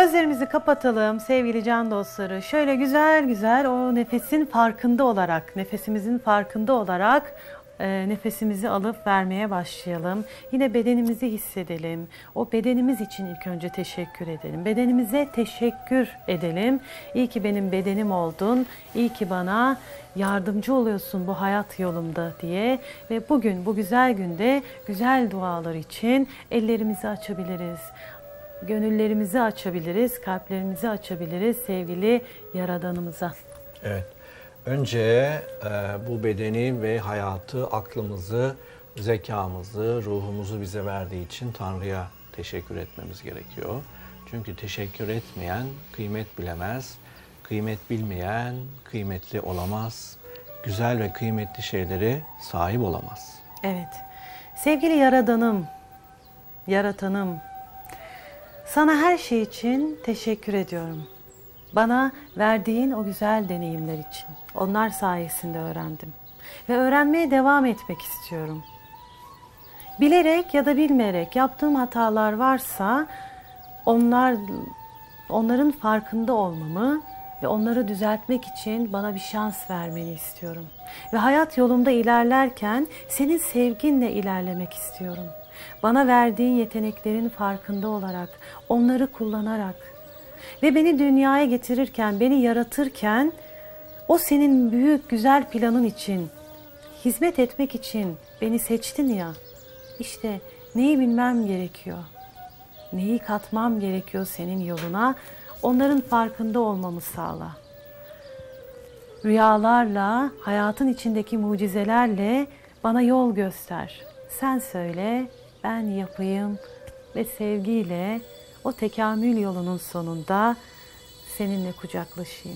Gözlerimizi kapatalım sevgili can dostları. Şöyle güzel güzel o nefesin farkında olarak, nefesimizin farkında olarak nefesimizi alıp vermeye başlayalım. Yine bedenimizi hissedelim. O bedenimiz için ilk önce teşekkür edelim. Bedenimize teşekkür edelim. İyi ki benim bedenim oldun. İyi ki bana yardımcı oluyorsun bu hayat yolumda diye. Ve bugün bu güzel günde güzel dualar için ellerimizi açabiliriz. Gönüllerimizi açabiliriz, kalplerimizi açabiliriz sevgili Yaradanımıza. Evet. Önce bu bedeni ve hayatı, aklımızı, zekamızı, ruhumuzu bize verdiği için Tanrı'ya teşekkür etmemiz gerekiyor. Çünkü teşekkür etmeyen kıymet bilemez, kıymet bilmeyen kıymetli olamaz, güzel ve kıymetli şeylere sahip olamaz. Evet. Sevgili Yaradanım, Yaratanım, sana her şey için teşekkür ediyorum. Bana verdiğin o güzel deneyimler için. Onlar sayesinde öğrendim. Ve öğrenmeye devam etmek istiyorum. Bilerek ya da bilmeyerek yaptığım hatalar varsa onların farkında olmamı ve onları düzeltmek için bana bir şans vermeni istiyorum. Ve hayat yolumda ilerlerken senin sevginle ilerlemek istiyorum. Bana verdiğin yeteneklerin farkında olarak, onları kullanarak ve beni dünyaya getirirken, beni yaratırken o senin büyük güzel planın için, hizmet etmek için beni seçtin ya. İşte neyi bilmem gerekiyor, neyi katmam gerekiyor senin yoluna, onların farkında olmamı sağla. Rüyalarla, hayatın içindeki mucizelerle bana yol göster. Sen söyle, ben yapayım ve sevgiyle o tekamül yolunun sonunda seninle kucaklaşayım.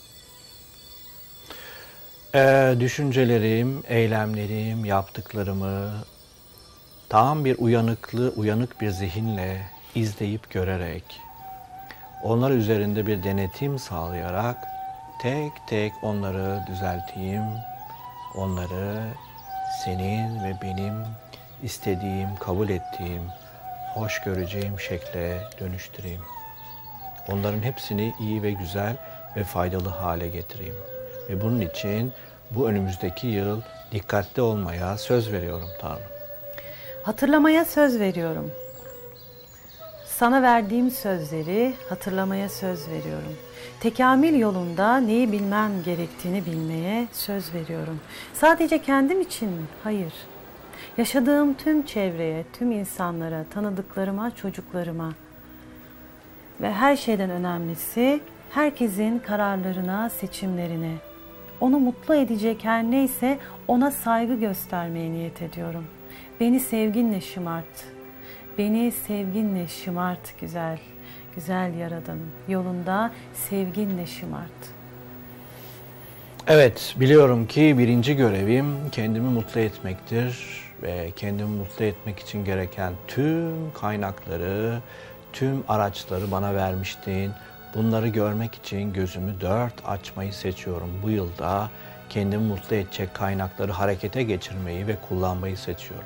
Düşüncelerim, eylemlerim, yaptıklarımı tam bir uyanık bir zihinle izleyip görerek, onlar üzerinde bir denetim sağlayarak tek tek onları düzelteyim, onları senin ve benim istediğim, kabul ettiğim, hoş göreceğim şekle dönüştüreyim. Onların hepsini iyi ve güzel ve faydalı hale getireyim. Ve bunun için bu önümüzdeki yıl dikkatli olmaya söz veriyorum Tanrım. Hatırlamaya söz veriyorum. Sana verdiğim sözleri hatırlamaya söz veriyorum. Tekamül yolunda neyi bilmem gerektiğini bilmeye söz veriyorum. Sadece kendim için mi? Hayır. Yaşadığım tüm çevreye, tüm insanlara, tanıdıklarıma, çocuklarıma ve her şeyden önemlisi herkesin kararlarına, seçimlerine, onu mutlu edecek her neyse ona saygı göstermeye niyet ediyorum. Beni sevginle şımart. Beni sevginle şımart güzel, güzel Yaradanım. Yolunda sevginle şımart. Evet, biliyorum ki birinci görevim kendimi mutlu etmektir ve kendimi mutlu etmek için gereken tüm kaynakları, tüm araçları bana vermiştin. Bunları görmek için gözümü dört açmayı seçiyorum. Bu yılda kendimi mutlu edecek kaynakları harekete geçirmeyi ve kullanmayı seçiyorum.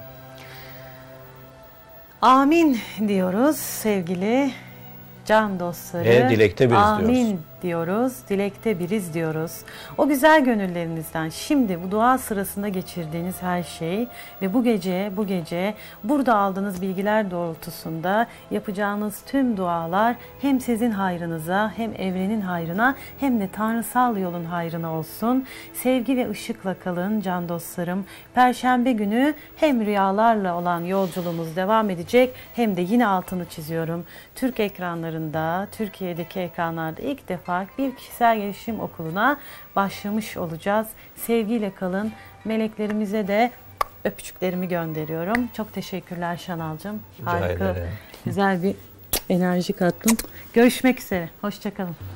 Amin diyoruz sevgili can dostları. Ve dilekte biriz Amin diyoruz. diyoruz, dilekte biriz diyoruz. O güzel gönüllerinizden şimdi bu dua sırasında geçirdiğiniz her şey ve bu gece burada aldığınız bilgiler doğrultusunda yapacağınız tüm dualar hem sizin hayrınıza hem evrenin hayrına hem de tanrısal yolun hayrına olsun. Sevgi ve ışıkla kalın can dostlarım. Perşembe günü hem rüyalarla olan yolculuğumuz devam edecek hem de yine altını çiziyorum. Türk ekranlarında, Türkiye'deki ekranlarda ilk defa bir kişisel gelişim okuluna başlamış olacağız. Sevgiyle kalın. Meleklerimize de öpücüklerimi gönderiyorum. Çok teşekkürler Şanal'cığım. Harika, güzel bir enerji kattın. Görüşmek üzere. Hoşça kalın.